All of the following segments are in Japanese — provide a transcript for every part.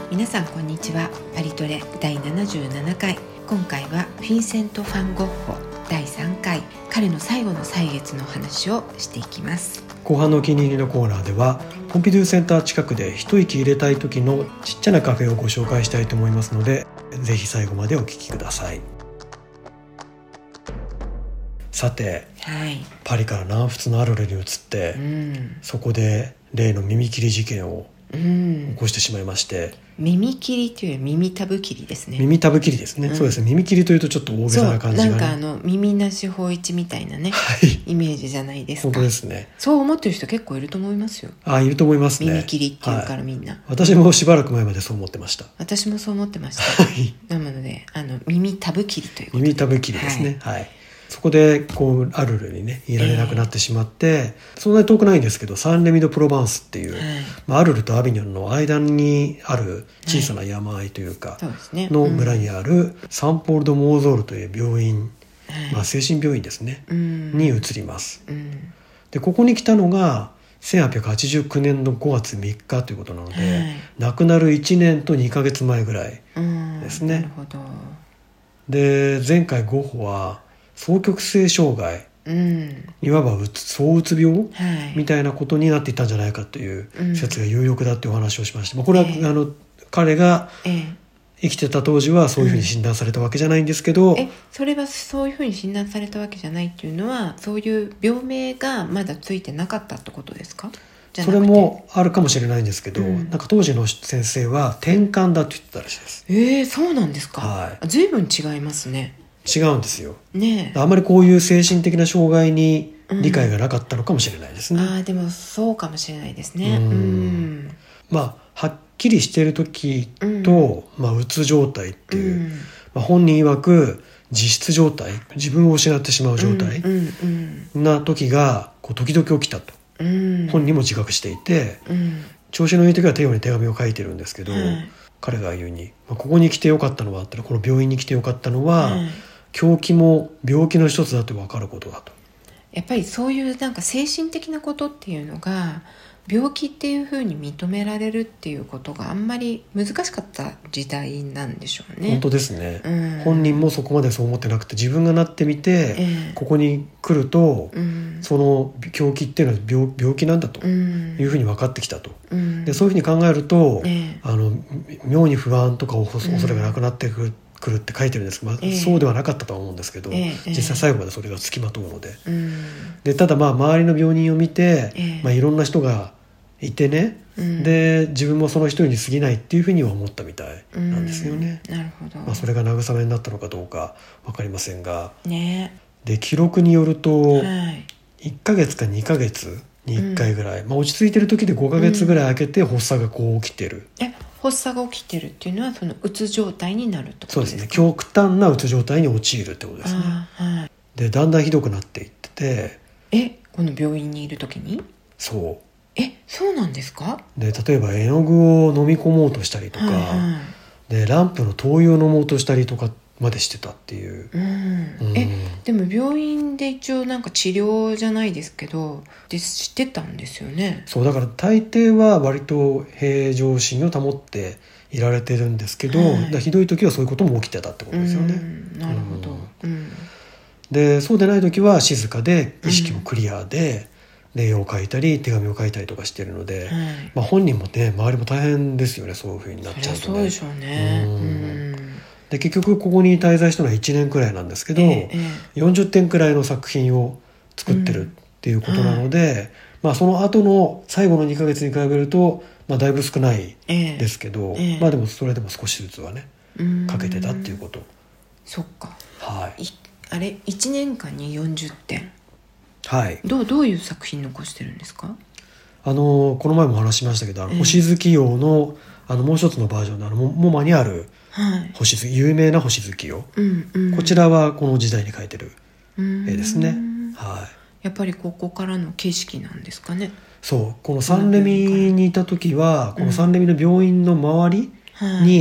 皆さんこんにちは。パリトレ第77回、今回はフィンセント・ファン・ゴッホ第3回、彼の最後の歳月の話をしていきます。 後半のお気に入りのコーナーでは、ポンピドゥセンター近くで一息入れたい時のちっちゃなカフェをご紹介したいと思いますので、ぜひ最後までお聞きください。さて、パリから南仏のアルルに移って、そこで例の耳切り事件を起こしてしまいまして、 耳切りという耳たぶ切りですね。 耳たぶ切りですね、そうですね。耳切りというとちょっと大げさな感じが、ね、 なんか耳なし芳一みたいなね、イメージじゃないですか。 本当ですね。 そう思ってる人結構いると思いますよ。 いると思いますね。 耳切りっていうからみんな、 私もしばらく前までそう思ってました。 私もそう思ってましたなので耳たぶ切りということで、 耳たぶ切りですね。そこでアルルにねいられなくなってしまって、そんなに遠くないんですけど、サンレミド・プロバンスっていう、アルルとアビニョンの間にある小さな山あいというか、の村にあるサンポール・ド・モーゾールという病院、精神病院ですね、に移ります。でここに来たのが1889年の5月3日ということなので、亡くなる1年と2ヶ月前ぐらいですね。 なるほど。 で前回ゴッホは双極性障害、いわば躁うつ病、みたいなことになっていったんじゃないかという説が有力だというお話をしました。これは、彼が生きてた当時はそういうふうに診断されたわけじゃないんですけど、 それはそういうふうに診断されたわけじゃないっていうのは、そういう病名がまだついてなかったってことですか？ それもあるかもしれないんですけど、なんか当時の先生は転換だと言ってたらしいです。 そうなんですか。随分違いますね。 違うんですよ、あんまりこういう精神的な障害に理解がなかったのかもしれないですね。 でもそうかもしれないですね。 はっきりしている時と、うつ状態っていう、本人曰く自失状態、自分を失ってしまう状態な時が時々起きたと、本人も自覚していて、調子のいい時は手紙を書いてるんですけど、彼が言うに、ここに来てよかったのは、この病院に来てよかったのは、狂気も病気の一つだと分かることだと。 やっぱりそういうなんか精神的なことっていうのが病気っていうふうに認められるっていうことがあんまり難しかった時代なんでしょうね。 本当ですね、本人もそこまでそう思ってなくて、自分がなってみて、ここに来ると、その狂気っていうのは病気なんだというふうに分かってきたと、でそういうふうに考えると、妙に不安とか恐れがなくなってくるって書いてるんですけど、そうではなかったとは思うんですけど、実際最後までそれがつきまとうので、でただ周りの病人を見て、いろんな人がいてね、で自分もその一人に過ぎないっていうふうには思ったみたいなんですよね。 なるほど。 それが慰めになったのかどうか分かりませんが、で記録によると、1ヶ月か2ヶ月に1回ぐらい、落ち着いてる時で5ヶ月ぐらい空けて発作が起きてる。 発作が起きてるっていうのはそのうつ状態になるってことですか？ そうですね、極端なうつ状態に陥るってことですね。でだんだんひどくなっていってて、 この病院にいる時に？そうなんですか？で例えば絵の具を飲み込もうとしたりとか、でランプの灯油を飲もうとしたりとかまでしてたっていう、でも病院で一応なんか治療じゃないですけどしてたんですよね。そうだから大抵は割と平常心を保っていられてるんですけど、ひどい時はそういうことも起きてたってことですよね。 なるほど。 でそうでない時は静かで意識もクリアで、霊を書いたり手紙を書いたりとかしてるので、本人もね周りも大変ですよね、そういう風になっちゃうとね。そうでしょうね。で結局ここに滞在したのは1年くらいなんですけど、40点くらいの作品を作ってるっていうことなので、その後の最後の2ヶ月に比べると、だいぶ少ないですけど、でもそれでも少しずつはね書けてたっていうこと。そっか。あれ1年間に40点。どういう作品残してるんですか？この前も話しましたけど、星月夜のもう一つのバージョンのモマにある星月、有名な星月夜、こちらはこの時代に描いてる絵ですね。やっぱりここからの景色なんですかね。そうこのサンレミにいた時は、このサンレミの病院の周りに、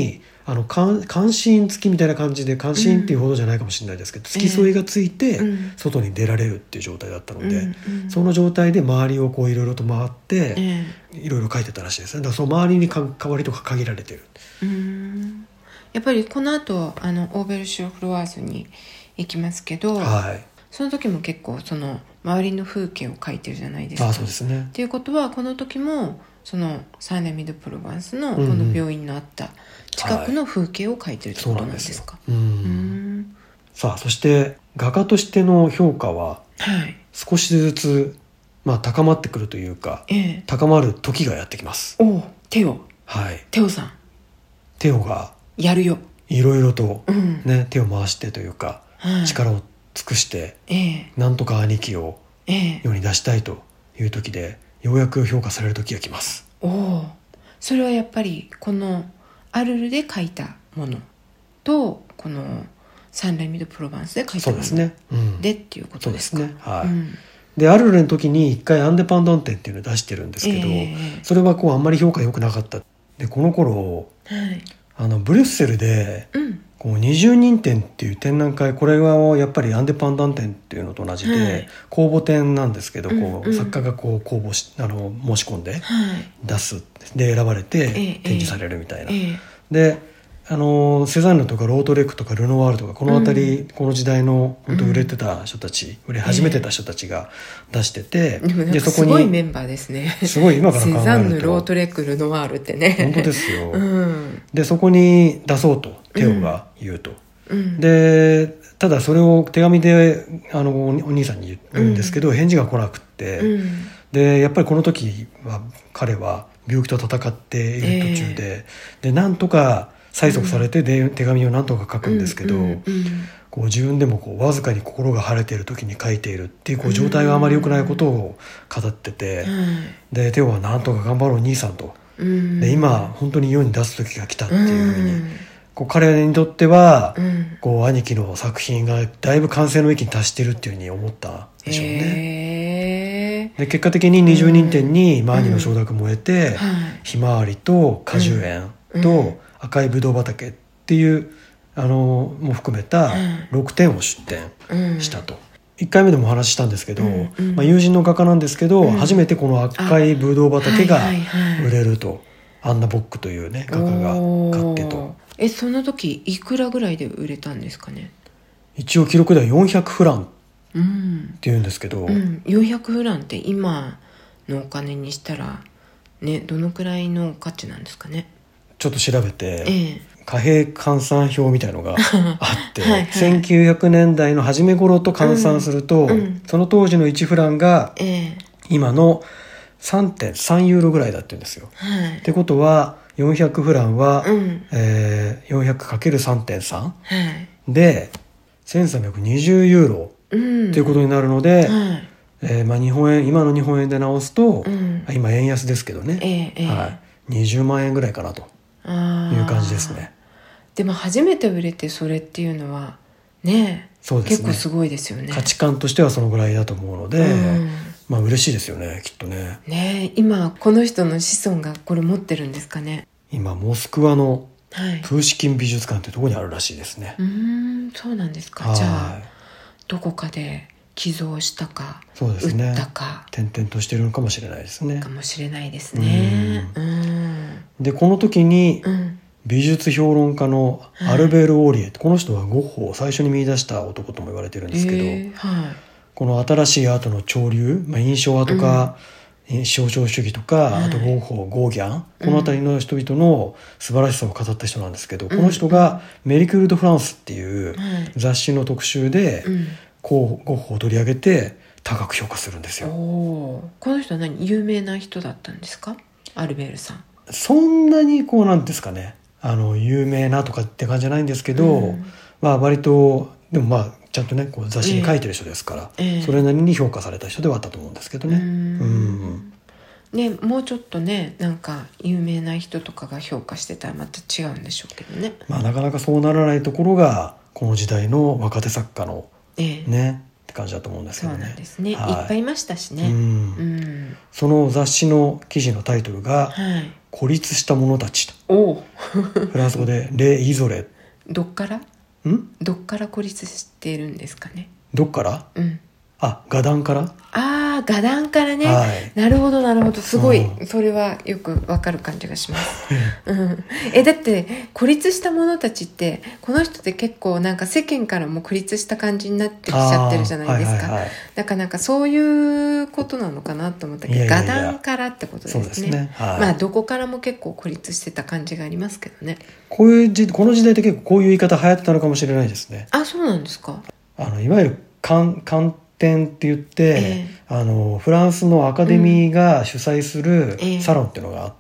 監視員付きみたいな感じで、監視員っていうほどじゃないかもしれないですけど、付き添いがついて外に出られるっていう状態だったので、その状態で周りをこういろいろと回っていろいろ書いてたらしいですね。だからその周りに代わりとか限られてる。 やっぱりこの後オーベルシュ・フロワーズに行きますけど、 はい、 その時も結構その周りの風景を描いてるじゃないですか。 そうですね。 っていうことはこの時もそのサンレミ・ド・プロヴァンスのこの病院のあった近くの風景を描いてるってことなんですか。 さあ、そして画家としての評価は少しずつ、高まってくるというか、高まる時がやってきます。 テオ、テオさん、 テオがやるよ、 いろいろと、手を回してというか、力を尽くして、なんとか兄貴を世に出したいという時で、ようやく評価される時が来ます。 それはやっぱりこのアルルで描いたものとこのサンレミ・ド・プロヴァンスで描いたものでっていうことですか。 そうですね。でアルルの時に一回アンデパンダンテンっていうのを出してるんですけど、それはこうあんまり評価良くなかった。でこの頃、ブリュッセルで、こう20人展っていう展覧会、これはやっぱりアンデパンダン展っていうのと同じで、公募展なんですけど、こう作家がこう公募し申し込んで出す、で選ばれて展示されるみたいな。でセザンヌとかロートレックとかルノワールとかこの辺り、この時代の本当売れてた人たち、売れ始めてた人たちが出してて、 でそこにすごいメンバーですね。 すごい今から考えるとセザンヌ、ロートレック、ルノワールってね、 本当ですよ。でそこに出そうとテオが言うと、でただそれを手紙でお兄さんに言うんですけど、返事が来なくって、でやっぱりこの時は彼は病気と戦っている途中で、なんとか催促されて手紙を何とか書くんですけど、こう自分でもこうわずかに心が晴れている時に書いているっていう、こう状態があまり良くないことを語ってて、でテオは何とか頑張ろう兄さんと、で今本当に世に出す時が来たっていうふうに、こう彼にとっては、こう兄貴の作品がだいぶ完成の域に達しているっていうふうに思ったでしょうね。で結果的に20人展に兄の承諾も得て、ひまわりと果樹園と赤いぶどう畑っていうも含めた6点を出展したと。1回目でもお話ししたんですけど、友人の画家なんですけど、初めてこの赤いぶどう畑が売れると、アンナ・ボックというね画家が買ってと。 その時いくらぐらいで売れたんですかね。 一応記録では400フランっていうんですけど、 400フランって今のお金にしたらね、どのくらいの価値なんですかね。 ちょっと調べて、貨幣換算表みたいのがあって1900年代の初め頃と換算すると、その当時の1フランが今の 3.3 ユーロぐらいだって言うんですよ。ってことは400フランは、400×3.3 で1320ユーロっていうことになるので、日本円、今の日本円で直すと、今円安ですけどね、20万円ぐらいかなという感じですね。 でも初めて売れてそれっていうのはね、 そうですね、 結構すごいですよね。 価値観としてはそのぐらいだと思うので、嬉しいですよね、きっとね。 今この人の子孫がこれ持ってるんですかね。 今モスクワのプーシキン美術館というところにあるらしいですね。 そうなんですか。じゃあどこかで寄贈したか、 そうですね、 売ったか、 転々としてるのかもしれないですね。 かもしれないですね。 でこの時に、美術評論家のアルベール・オーリエ、この人はゴッホを最初に見出した男とも言われてるんですけど、この新しいアートの潮流、印象派とか、象徴主義とか、あとゴッホ、ゴーギャン、この辺りの人々の素晴らしさを語った人なんですけど、この人がメリクール・ド・フランスっていう雑誌の特集で、ゴッホを取り上げて高く評価するんですよ。 この人は有名な人だったんですか、アルベールさん。 そんなになんですかね、有名なとかって感じじゃないんですけど、割とでもちゃんとね雑誌に書いてる人ですから、それなりに評価された人ではあったと思うんですけどね。もうちょっとね、なんか有名な人とかが評価してたらまた違うんでしょうけどね。 なかなかそうならないところがこの時代の若手作家のね、って感じだと思うんですけどね。 そうなんですね、いっぱいいましたしね。 その雑誌の記事のタイトルが、 孤立した者たちと。 おフランス語でレイゾレ。 どっから孤立しているんですかね。 どっから？画壇から。 画壇からね、はい、なるほどすごい、それはよくわかる感じがします、だって孤立した者たちってこの人って結構なんか世間からも孤立した感じになってきちゃってるじゃないですか、だからなんかそういうことなのかなと思ったけど、画壇からってことですね。そうですね、まあどこからも結構孤立してた感じがありますけどね。 この時代って結構こういう言い方流行ってたのかもしれないですね。 そうなんですか。 いわゆる観展って言って、フランスのアカデミーが主催するサロンっていうのがあって、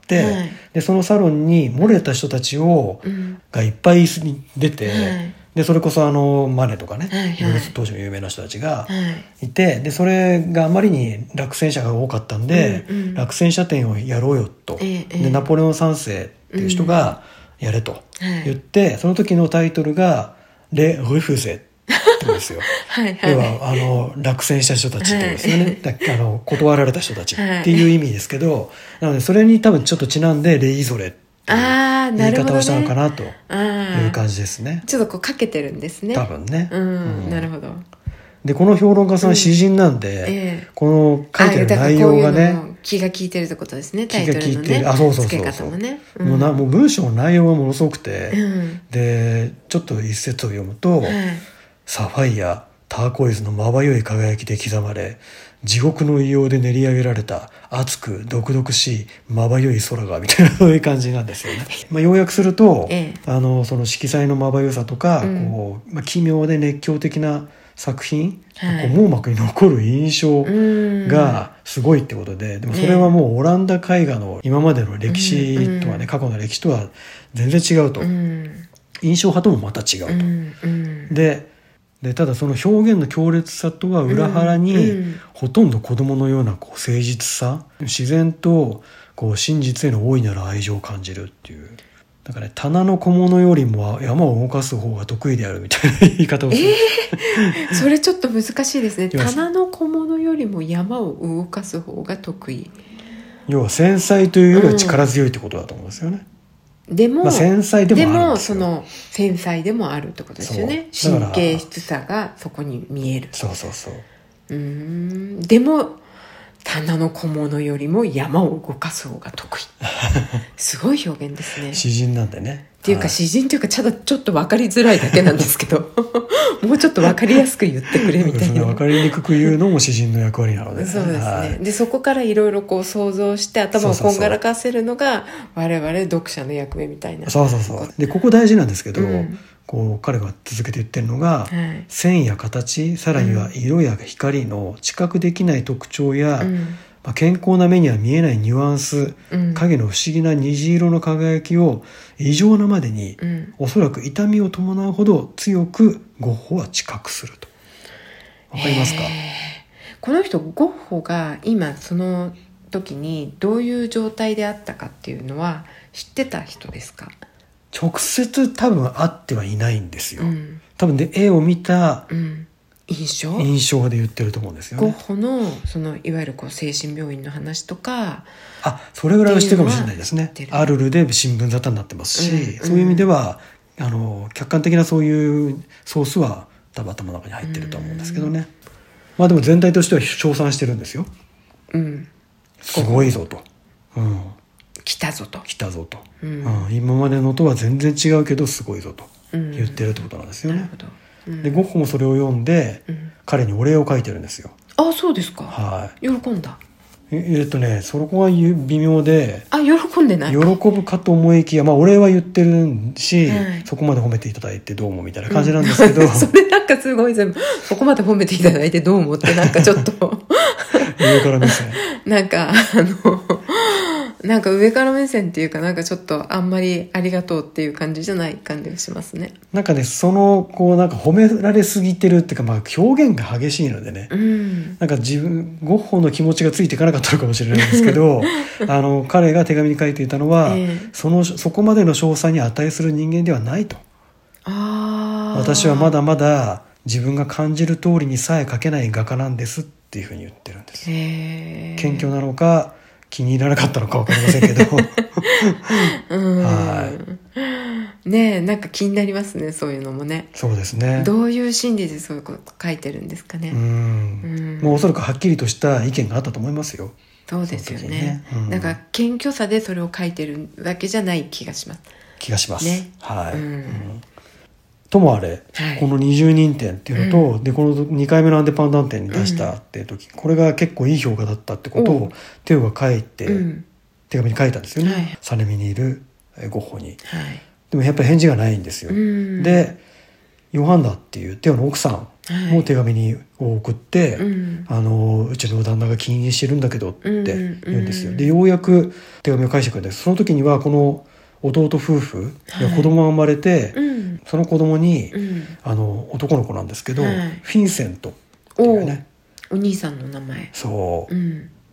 でそのサロンに漏れた人たちがいっぱい出て、でそれこそマネとかね、当時の有名な人たちがいて、でそれがあまりに落選者が多かったんで、落選者展をやろうよと、でナポレオン三世っていう人がやれと言って、その時のタイトルがレ・レフゼってことですよ。要は落選した人たちってことですよね、断られた人たちっていう意味ですけど、なのでそれに多分ちょっとちなんでレイゾレっていう言い方をしたのかなという感じですね。 ちょっとこうかけてるんですね、 多分ね。 なるほど。 でこの評論家さん詩人なんで、この書いてる内容がね、 気が利いてるってことですね。タイトルのね、付け方もね。 もう文章の内容がものすごくて、でちょっと一節を読むと、サファイア、ターコイズのまばゆい輝きで刻まれ、地獄の異様で練り上げられた熱く毒々しいまばゆい空がみたいなそういう感じなんですよね。要約すると、その色彩のまばゆさとか、奇妙で熱狂的な作品、網膜に残る印象がすごいってことで、でもそれはもうオランダ絵画の今までの歴史とはね、過去の歴史とは全然違うと、印象派ともまた違うと、でただその表現の強烈さとは裏腹に、ほとんど子供のような誠実さ、自然と真実への大いなる愛情を感じるっていう。だからね、棚の小物よりも山を動かす方が得意であるみたいな言い方をする、 それちょっと難しいですね。棚の小物よりも山を動かす方が得意。 要は繊細というよりは力強いってことだと思うんですよね。 でも、 繊細でもあるんですよ。 でもその繊細でもあるってことですよね。神経質さがそこに見える。でも棚の小物よりも山を動かす方が得意。すごい表現ですね。 詩人なんでね。 っていうか詩人というかちょっと分かりづらいだけなんですけどもうちょっと分かりやすく言ってくれみたいな。 分かりにくく言うのも詩人の役割なので、 そうですね、でそこからいろいろ想像して頭をこんがらかせるのが我々読者の役目みたいな。 そうでここ大事なんですけど、彼が続けて言ってるのが、線や形、さらには色や光の知覚できない特徴や、健康な目には見えないニュアンス、影の不思議な虹色の輝きを異常なまでに、おそらく痛みを伴うほど強くゴッホは知覚すると。わかりますか？ この人ゴッホが今その時にどういう状態であったかっていうのは知ってた人ですか？ 直接多分会ってはいないんですよ、多分で絵を見た、印象で言ってると思うんですよね。 ゴッホのそのいわゆる精神病院の話とか、 それぐらいはしてるかもしれないですね。アルルで新聞沙汰になってますし、そういう意味では客観的なそういうソースは多分頭の中に入ってると思うんですけどね。でも全体としては称賛してるんですよ。すごいぞと、来たぞと、今までのとは全然違うけどすごいぞと言ってるってことなんですよね。でゴッホもそれを読んで、彼にお礼を書いてるんですよ。 そうですか。喜んだ。 そこは微妙で、 喜んでない。 喜ぶかと思いきや、お礼は言ってるし、そこまで褒めていただいてどうもみたいな感じなんですけど、 それなんかすごい全部そこまで褒めていただいてどうもってなんかちょっと上から目線なんか上から目線っていうか、なんかちょっとあんまりありがとうっていう感じじゃない感じがしますね。 なんかね、なんか褒められすぎてるっていうか、表現が激しいのでね、なんかゴッホの気持ちがついていかなかったのかもしれないんですけど彼が手紙に書いていたのは、そこまでの詳細に値する人間ではないと。私はまだまだ自分が感じる通りにさえ書けない画家なんですっていうふうに言ってるんです。謙虚なのか気に入らなかったのか分かりませんけどねえ、なんか気になりますね、そういうのもね。 そうですね。 どういう心理でそういうこと書いてるんですかね。 もうおそらくはっきりとした意見があったと思いますよ。 そうですよね。なんか謙虚さでそれを書いてるわけじゃない気がします。 ね、はい。ともあれ、この20人展っていうのと、でこの2回目のアンデパンダン展に出したっていう時、これが結構いい評価だったってことをテオが書いて、手紙に書いたんですよね、サネミにいるゴッホに。でもやっぱり返事がないんですよ。でヨハンナっていうテオの奥さんも手紙を送って、うちの旦那が気にしてるんだけどって言うんですよ。でようやく手紙を返してくれて、その時にはこの弟夫婦が子供が生まれて、その子供に、男の子なんですけど、フィンセントっていうね、 お兄さんの名前。 そう、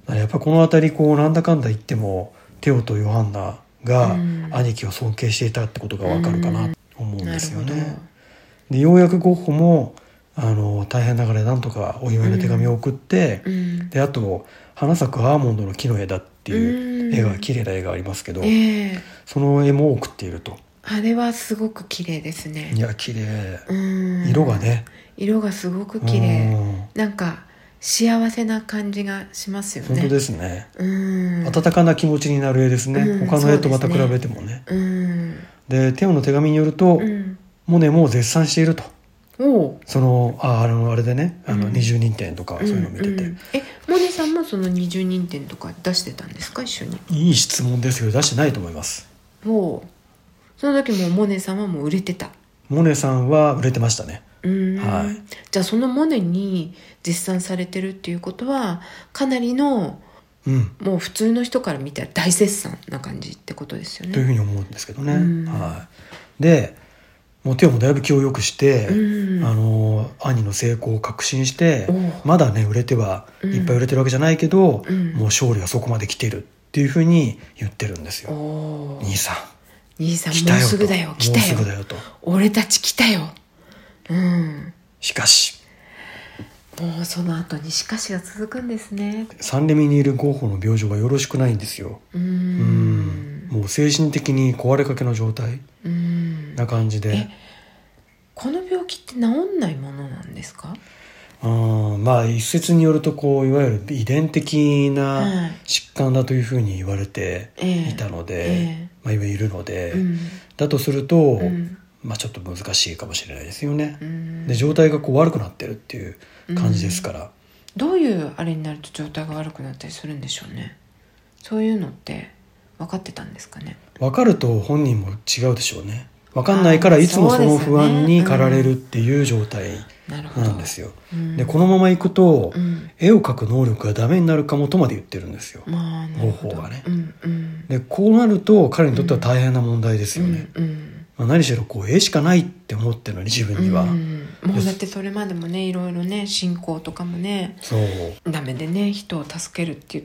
やっぱりこの辺りこうなんだかんだ言ってもテオとヨハンナが兄貴を尊敬していたってことがわかるかなと思うんですよね。でようやくゴッホも大変ながらなんとかお祝いの手紙を送って、であと花咲くアーモンドの木の枝っていう絵が綺麗な絵がありますけど、その絵も送っていると。 あれはすごく綺麗ですね。 いや綺麗、色がね、 色がすごく綺麗、なんか幸せな感じがしますよね。 本当ですね。温かな気持ちになる絵ですね、他の絵とまた比べてもね。でテオの手紙によると、モネも絶賛していると。そのあれでね、20人展とかそういうのを見てて、 モネさんもその20人展とか出してたんですか、一緒に。 いい質問ですけど出してないと思います。 その時もモネさんはもう売れてた。 モネさんは売れてましたね。 じゃあそのモネに絶賛されてるっていうことはかなりの、もう普通の人から見たら大絶賛な感じってことですよね。 というふうに思うんですけどね。でもうテオもだいぶ気を良くして、兄の成功を確信して、まだね売れてはいっぱい売れてるわけじゃないけど、もう勝利はそこまで来てるっていうふうに言ってるんですよ。兄さんもうすぐだよ、来たよと、俺たち来たよ。 しかしもうその後にしかしが続くんですね。 サンレミにいるゴッホの病状がよろしくないんですよ。もう精神的に壊れかけの状態な感じで。 この病気って治んないものなんですか？ 一説によるとこういわゆる遺伝的な疾患だというふうに言われていたので、いるので、だとすると、ちょっと難しいかもしれないですよね。で状態がこう悪くなってるっていう感じですから、 どういうあれになると状態が悪くなったりするんでしょうね。そういうのって分かってたんですかね。 分かると本人も違うでしょうね。分かんないからいつもその不安に駆られるっていう状態なんですよ。でこのままいくと、絵を描く能力がダメになるかもとまで言ってるんですよ、ゴッホがね。でこうなると彼にとっては大変な問題ですよね。何しろこう絵しかないって思ってるのに自分には、 もうだってそれまでもねいろいろね信仰とかもねダメでね、人を助けるって言って、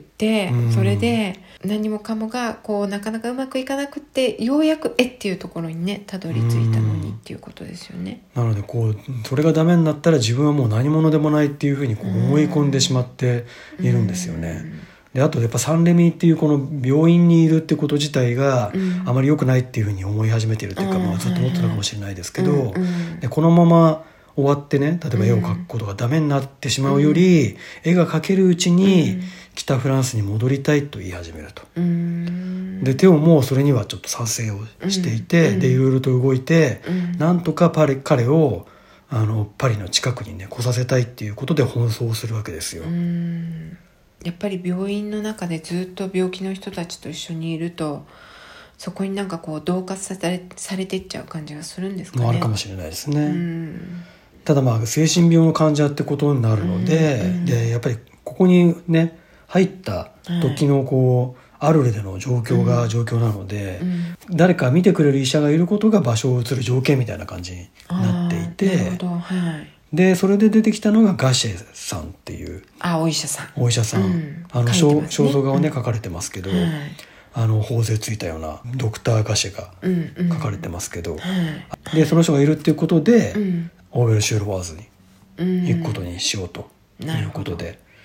それで何もかもがこうなかなかうまくいかなくって、ようやく絵っていうところにねたどり着いたのにっていうことですよね。 なのでこうそれがダメになったら自分はもう何者でもないっていうふうにこう思い込んでしまっているんですよね。であとやっぱサンレミっていうこの病院にいるってこと自体があまり良くないっていうふうに思い始めているというか、ずっと思ってたかもしれないですけど、でこのまま終わってね、例えば絵を描くことがダメになってしまうより、絵が描けるうちに北フランスに戻りたいと言い始めると。でテオもそれにはちょっと賛成をしていて、でいろいろと動いて、なんとか彼をパリの近くにね来させたいっていうことで奔走するわけですよ。 やっぱり病院の中でずっと病気の人たちと一緒にいると、そこになんかこう同化されていっちゃう感じがするんですかね。 あるかもしれないですね。ただ精神病の患者ってことになるので、でやっぱりここにね入った時のこう、アルレでの状況なので、誰か見てくれる医者がいることが場所を移る条件みたいな感じになっていて、でそれで出てきたのがガシェさんっていうお医者さん、 肖像画をね描かれてますけど、頬杖ついたようなドクターガシェが描かれてますけど、でその人がいるっていうことで、オーベルシュールワーズに行くことにしようということで、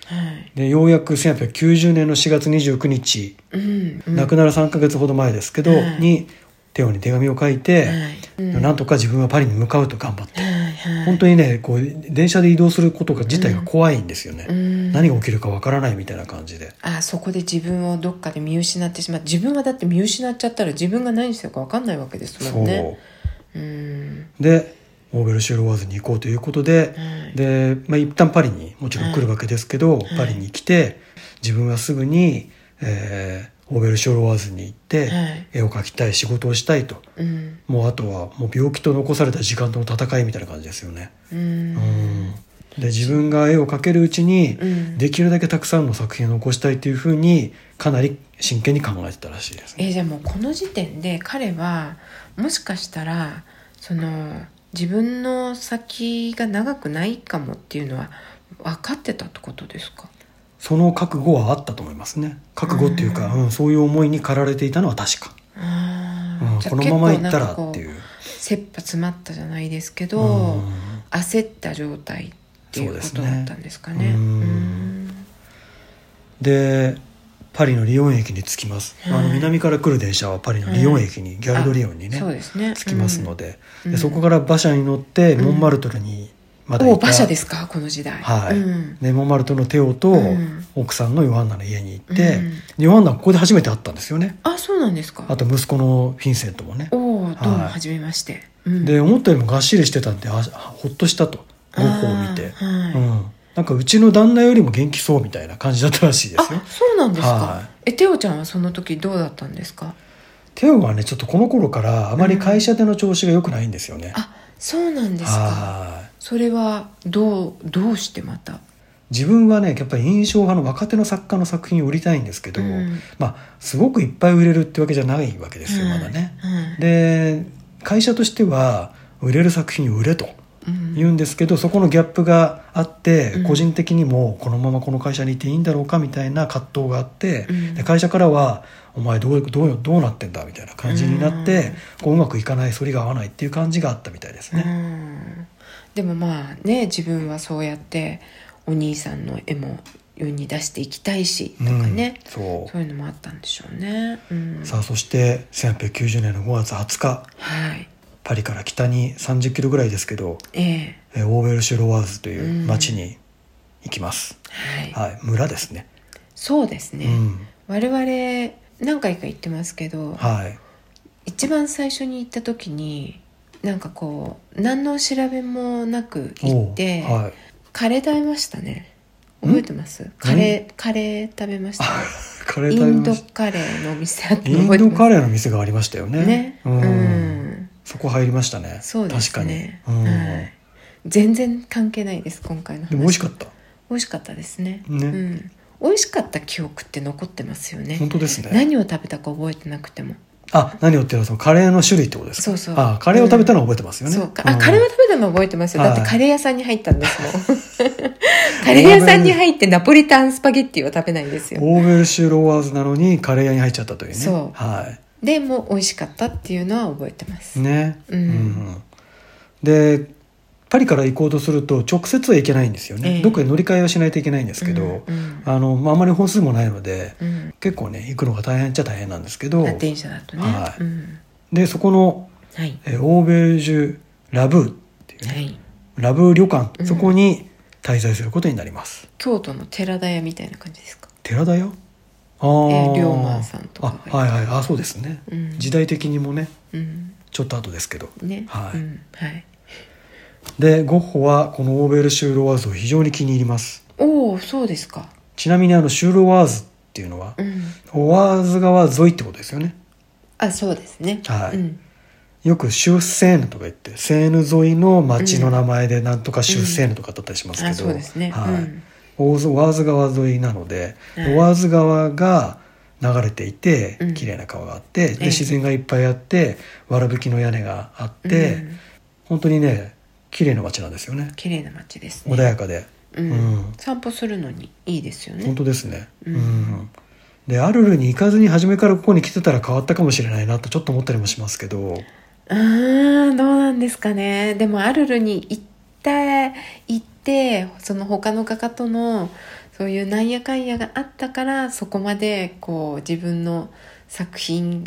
でようやく1890年の4月29日、亡くなる3ヶ月ほど前ですけど、にテオに手紙を書いて、なんとか自分はパリに向かうと頑張って、本当にねこう電車で移動することが自体が怖いんですよね、何が起きるかわからないみたいな感じで、 そこで自分をどっかで見失ってしまう。自分はだって見失っちゃったら自分が何してるかわかんないわけですもんね。 でオーベルシューロワーズに行こうということで、で、一旦パリにもちろん来るわけですけど、パリに来て自分はすぐに、オーベルシューロワーズに行って、絵を描きたい、仕事をしたいと、もうあとはもう病気と残された時間との戦いみたいな感じですよね。で自分が絵を描けるうちに、できるだけたくさんの作品を残したいというふうにかなり真剣に考えてたらしいですね。 じゃあもうこの時点で彼はもしかしたらその自分の先が長くないかもっていうのは分かってたってことですか？ その覚悟はあったと思いますね。覚悟っていうか、そういう思いに駆られていたのは確か。このままいったらっていう切羽詰まったじゃないですけど、焦った状態っていうことだったんですかね。 でパリのリヨン駅に着きます、南から来る電車はパリのリヨン駅に、ギャルドリヨンにね、着きますので、でそこから馬車に乗ってモンマルトルにまだいた、 馬車ですかこの時代。 でモンマルトルのテオと奥さんのヨハンナの家に行って、ヨハンナはここで初めて会ったんですよね。 そうなんですか。 あと息子のフィンセントもね。 どうも初めまして、 で思ったよりもがっしりしてたんでほっとしたと、ゴッホを見て、なんかうちの旦那よりも元気そうみたいな感じだったらしいですよ。 そうなんですか。テオちゃんはその時どうだったんですか？ テオはねちょっとこの頃からあまり会社での調子が良くないんですよね。 そうなんですか。それはどうしてまた？ 自分はねやっぱり印象派の若手の作家の作品を売りたいんですけど、すごくいっぱい売れるってわけじゃないわけですよ、まだね。で会社としては売れる作品を売れと言うんですけど、そこのギャップがあって、個人的にもこのままこの会社にいていいんだろうかみたいな葛藤があって、で会社からはお前どうなってんだみたいな感じになって、うまくいかない、反りが合わないっていう感じがあったみたいですね。 でも自分はそうやってお兄さんの絵も世に出していきたいしとかね、そういうのもあったんでしょうね。 さあそして1890年の5月20日、パリから北に30キロぐらいですけど、オーベルシュロワーズという町に行きます。村ですね。そうですね、我々何回か行ってますけど、一番最初に行った時になんかこう何の調べもなく行って、カレー食べましたね。覚えてます？カレー食べました。インドカレーのお店あって覚えてます？ インドカレーの店がありましたよね。そこ入りましたね。 そうですね。 確かに、全然関係ないです今回の話。 でも美味しかった。 美味しかったですね。美味しかった記憶って残ってますよね。 本当ですね。 何を食べたか覚えてなくても。 何をっていうのはそのカレーの種類ってことですか？ そう。 カレーを食べたのは覚えてますよね。 カレーは食べたのは覚えてますよ。だってカレー屋さんに入ったんですもん。カレー屋さんに入ってナポリタンスパゲッティを食べないんですよ。 オーベルシュロワーズなのにカレー屋に入っちゃったというね。 でもう美味しかったっていうのは覚えてますね。でパリから行こうとすると直接は行けないんですよね。どっかで乗り換えをしないといけないんですけど、あまり本数もないので、結構ね行くのが大変っちゃ大変なんですけど、 電車だとね。 でそこの、オーベルジュラブーっていうね、ラブー旅館、そこに滞在することになります。 京都の寺田屋みたいな感じですか？ 寺田屋？ 龍馬さんとかがそうですね、時代的にもね、ちょっと後ですけどね。 でゴッホはこのオーベルシューロワーズを非常に気に入ります。 そうですか。 ちなみにシューロワーズっていうのは、オワーズ川沿いってことですよね。 そうですね。 よくシューセーヌとか言ってセーヌ沿いの町の名前でなんとかシューセーヌとかだったりしますけど、 そうですね。 オワーズ川沿いなので、オワーズ川が流れていて、綺麗な川があって、で自然がいっぱいあって、わらぶきの屋根があって、本当にね綺麗な街なんですよね。 綺麗な街ですね。 穏やかで、 散歩するのにいいですよね。 本当ですね。でアルルに行かずに初めからここに来てたら変わったかもしれないなとちょっと思ったりもしますけど、 どうなんですかね。でもアルルに行ってその他の画家とのそういうなんやかんやがあったから、そこまでこう自分の作品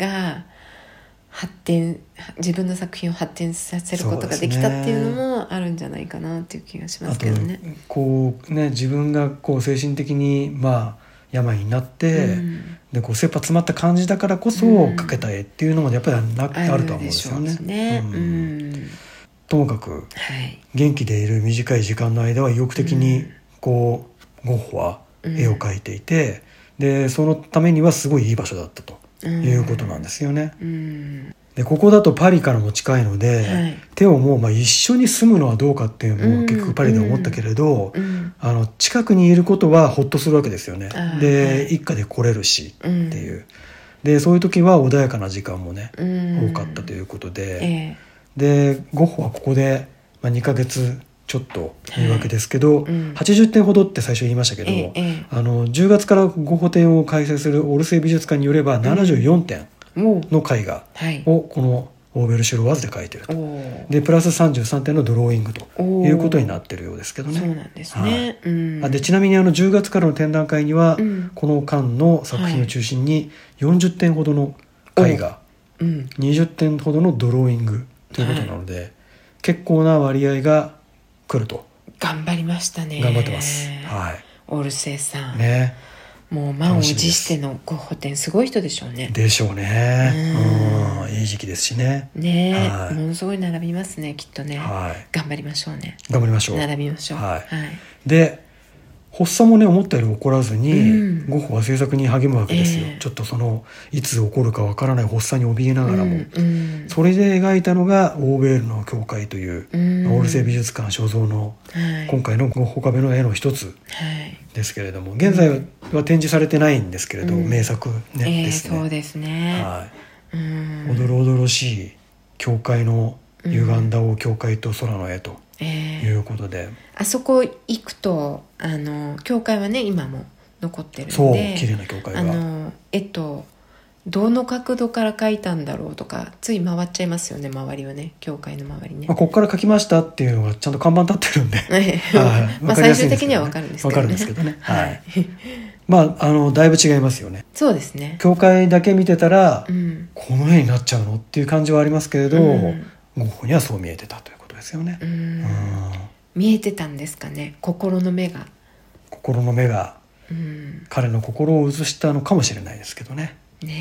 を発展させることができたっていうのもあるんじゃないかなっていう気がしますけどね。 あとこうね、自分がこう精神的に病になって、でこう切羽詰まった感じだからこそ描けた絵っていうのもやっぱりあるとは思うんですよね。ともかく、元気でいる短い時間の間は意欲的にこうゴッホは絵を描いていて、でそのためにはすごいいい場所だったということなんですよね。でここだとパリからも近いので、テオも一緒に住むのはどうかっていうのも結局パリで思ったけれど、近くにいることはホッとするわけですよね。で一家で来れるしっていう、でそういう時は穏やかな時間もね、多かったということで、でゴッホはここで2ヶ月ちょっというわけですけど、80点ほどって最初言いましたけど、10月からゴッホ展を開催するオルセー美術館によれば74点の絵画をこのオーベルシュロワーズで描いてると。でプラス33点のドローイングということになってるようですけどね。 そうなんですね。 でちなみに10月からの展覧会には、この間の作品を中心に40点ほどの絵画、20点ほどのドローイングということなので、結構な割合が来ると。 頑張りましたね。 頑張ってます。 オルセーさんね。 もう満を持してのゴッホ展、すごい人でしょうね。 でしょうね。いい時期ですしね。 ものすごい並びますね、きっとね。頑張りましょうね。 頑張りましょう。 並びましょう。 で発作もね思ったより起こらずに、ゴッホは制作に励むわけですよ。ちょっといつ起こるかわからない発作に怯えながらも、それで描いたのがオーベールの教会という、オルセー美術館所蔵の、今回のゴッホ壁の絵の一つですけれども、現在は展示されてないんですけれど、名作ですね。 そうですね。 おどろおどろしい教会の歪んだ教会と空の絵ということで、 あそこ行くと教会はね今も残ってるので、 そう綺麗な教会がどの角度から描いたんだろうとかつい回っちゃいますよね、周りをね、教会の周りね。 ここから描きましたっていうのがちゃんと看板立ってるんで最終的には分かるんですけどね。 分かるんですけどね。だいぶ違いますよね。 そうですね。 教会だけ見てたら、この絵になっちゃうのっていう感じはありますけれど、ゴッホにはそう見えてたということですよね。 見えてたんですかね、心の目が彼の心を映したのかもしれないですけどね。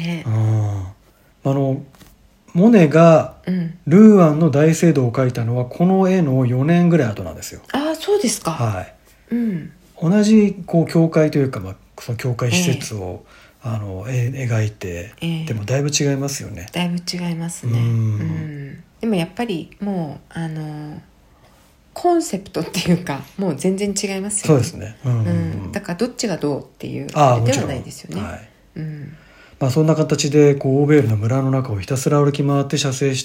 モネがルーアンの大聖堂を描いたのはこの絵の4年ぐらい後なんですよ。 そうですか。 同じ教会というか、その教会施設を、描いて、でもだいぶ違いますよね。 だいぶ違いますね。でもやっぱりもうコンセプトっていうかもう全然違いますよね。そうですね。だからどっちがどうっていうではないですよね。 そんな形でオーベールの村の中をひたすら歩き回って写生して、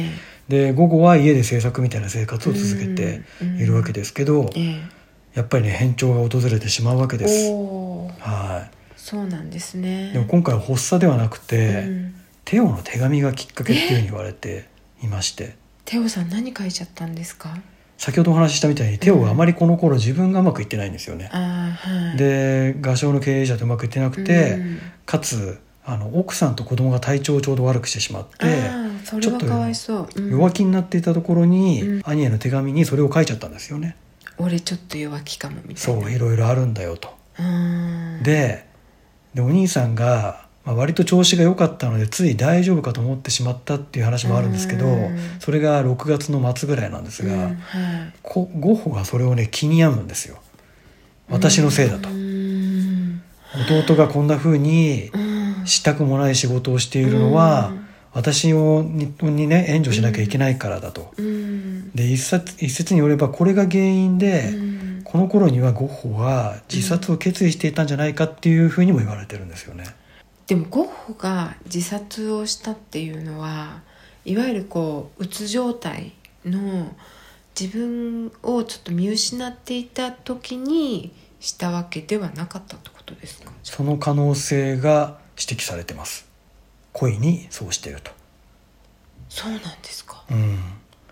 で午後は家で制作みたいな生活を続けているわけですけど、やっぱりね変調が訪れてしまうわけです。 そうなんですね。 でも今回は発作ではなくて、テオの手紙がきっかけっていうふうに言われていまして。 テオさん何書いちゃったんですか？ 先ほどお話ししたみたいにテオがあまりこの頃自分がうまくいってないんですよね。で画商の経営者とうまくいってなくて、かつ奥さんと子供が体調をちょうど悪くしてしまって、ちょっと弱気になっていたところに、兄への手紙にそれを書いちゃったんですよね。 俺ちょっと弱気かもみたいな。 そういろいろあるんだよと。でお兄さんが割と調子が良かったのでつい大丈夫かと思ってしまったっていう話もあるんですけど、それが6月の末ぐらいなんですが、ゴッホがそれをね気に病むんですよ。私のせいだと。弟がこんな風にしたくもない仕事をしているのは私にね援助しなきゃいけないからだと。で一説によればこれが原因で、この頃にはゴッホは自殺を決意していたんじゃないかっていう風にも言われてるんですよね。 でもゴッホが自殺をしたっていうのはいわゆるうつ状態の自分をちょっと見失っていた時にしたわけではなかったってことですか？ その可能性が指摘されてます。故意にそうしていると。 そうなんですか。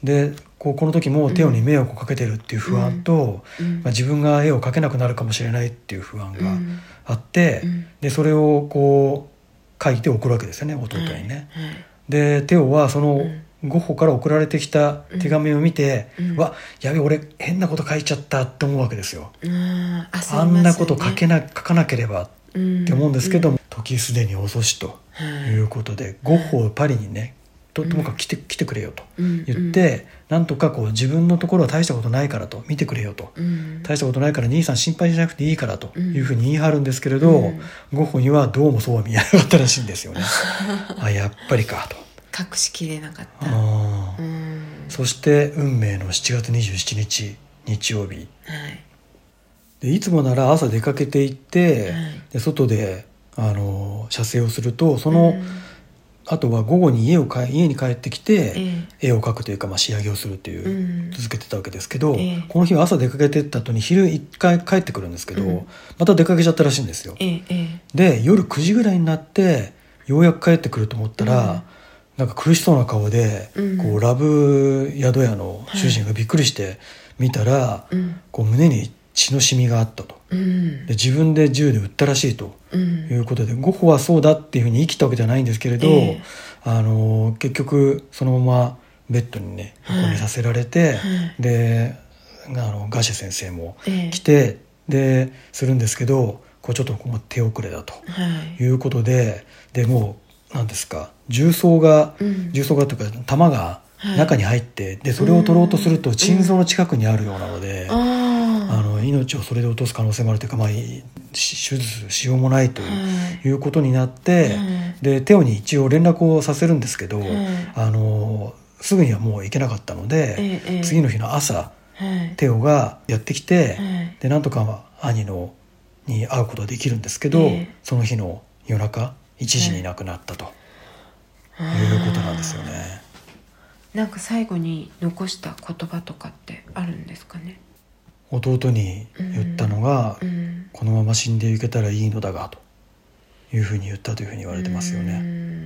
でこの時もテオに迷惑をかけてるっていう不安と、自分が絵を描けなくなるかもしれないっていう不安があって、でそれをこう書いて送るわけですよね、弟にね。でテオはそのゴッホから送られてきた手紙を見て、わ、やべえ俺変なこと書いちゃったって思うわけですよ。あんなこと書かなければって思うんですけど、時すでに遅しということで、ゴッホをパリにねともかく来てくれよと言って、なんとかこう自分のところは大したことないからと、見てくれよと、大したことないから兄さん心配しなくていいからというふうに言い張るんですけれど、ゴッホにはどうもそうは見えなかったらしいんですよね。あ、やっぱりかと隠しきれなかった。 そして運命の7月27日日曜日、でいつもなら朝出かけて行って、で外で写生をすると、その、あとは午後に家に帰ってきて、絵を描くというか、仕上げをするっていう、続けてたわけですけど、この日は朝出かけてった後に昼一回帰ってくるんですけど、また出かけちゃったらしいんですよ。で夜9時ぐらいになってようやく帰ってくると思ったら、なんか苦しそうな顔で、こうラブ宿屋の主人がびっくりして見たら、こう胸に血のシミがあったと、で自分で銃で撃ったらしいということで、ゴッホはそうだっていうふうに生きたわけじゃないんですけれど、結局そのままベッドにね横にさせられて、でガシェ先生も来て、でするんですけど、こうちょっと手遅れだということで、でもう何ですか、銃創がというか弾が中に入って、でそれを取ろうとすると心臓の近くにあるようなので、命をそれで落とす可能性もあるというか、手術しようもないということになって、でテオに一応連絡をさせるんですけど、すぐにはもう行けなかったので、次の日の朝、テオがやってきて、でなんとか兄に会うことができるんですけど、その日の夜中1時に亡くなったということなんですよね。 なんか最後に残した言葉とかってあるんですかね。 弟に言ったのが、このまま死んでいけたらいいのだがというふうに言ったというふうに言われてますよね。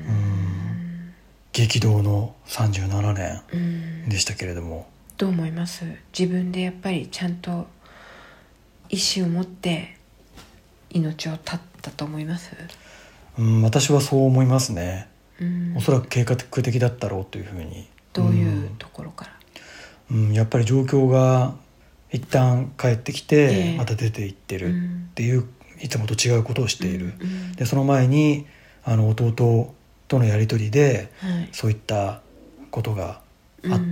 激動の37年でしたけれども、 どう思います？自分でやっぱりちゃんと意思を持って命を絶ったと思います？ 私はそう思いますね。おそらく計画的だったろうというふうに。 どういうところから？ やっぱり状況が一旦帰ってきて、また出て行ってるっていう、いつもと違うことをしている、でその前に弟とのやり取りで、そういったことがあって、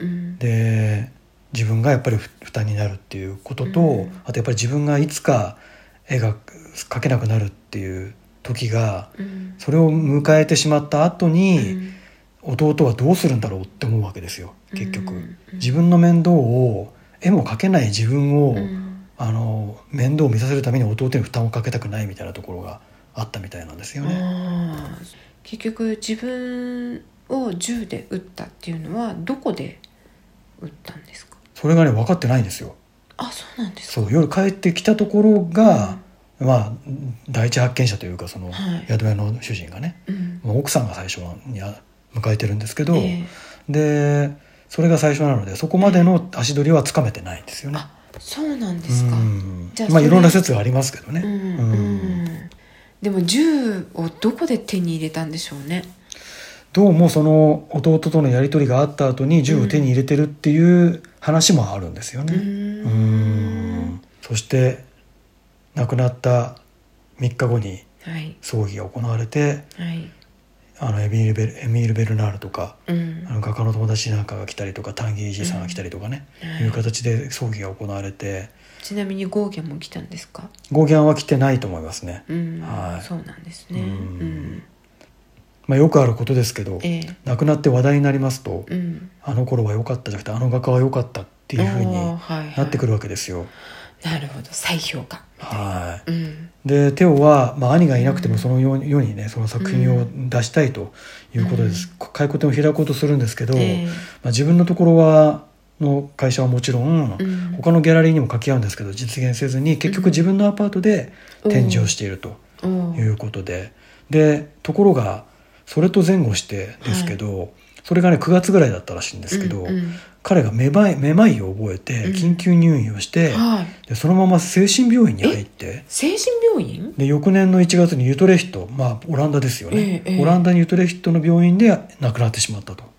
で自分がやっぱり負担になるっていうことと、あとやっぱり自分がいつか絵が描けなくなるっていう時が、それを迎えてしまった後に、弟はどうするんだろうって思うわけですよ。結局、自分の面倒を、絵も描けない自分を、面倒を見させるために弟に負担をかけたくないみたいなところがあったみたいなんですよね。 結局自分を銃で撃ったっていうのはどこで撃ったんですか？ それがね分かってないんですよ。 そうなんですか。 そう、夜帰ってきたところが、第一発見者というか、その宿屋の主人がね、奥さんが最初に迎えてるんですけど、でそれが最初なので、そこまでの足取りはつかめてないんですよね。 そうなんですか。 じゃあいろんな説がありますけどね。 でも銃をどこで手に入れたんでしょうね。 どうもその弟とのやり取りがあった後に銃を手に入れてるっていう話もあるんですよね。そして亡くなった3日後に葬儀が行われて、エミール・ベルナールとか、画家の友達なんかが来たりとか、タンギージーさんが来たりとかね、いう形で葬儀が行われて。 ちなみにゴーギャンも来たんですか？ ゴーギャンは来てないと思いますね。 そうなんですね。 よくあることですけど、亡くなって話題になりますと、あの頃は良かったじゃなくて、あの画家は良かったっていうふうになってくるわけですよ。 なるほど、再評価。 でテオは、兄がいなくてもその世にね、その作品を出したいということです。回顧展を開こうとするんですけど、自分のところの会社はもちろん、他のギャラリーにも掛け合うんですけど実現せずに、結局自分のアパートで展示をしているということで、ところがそれと前後してですけど、 それがね9月ぐらいだったらしいんですけど、彼がめまいを覚えて緊急入院をして、でそのまま精神病院に入って、 精神病院で翌年の1月にユトレヒト、オランダですよね、オランダにユトレヒトの病院で亡くなってしまったと。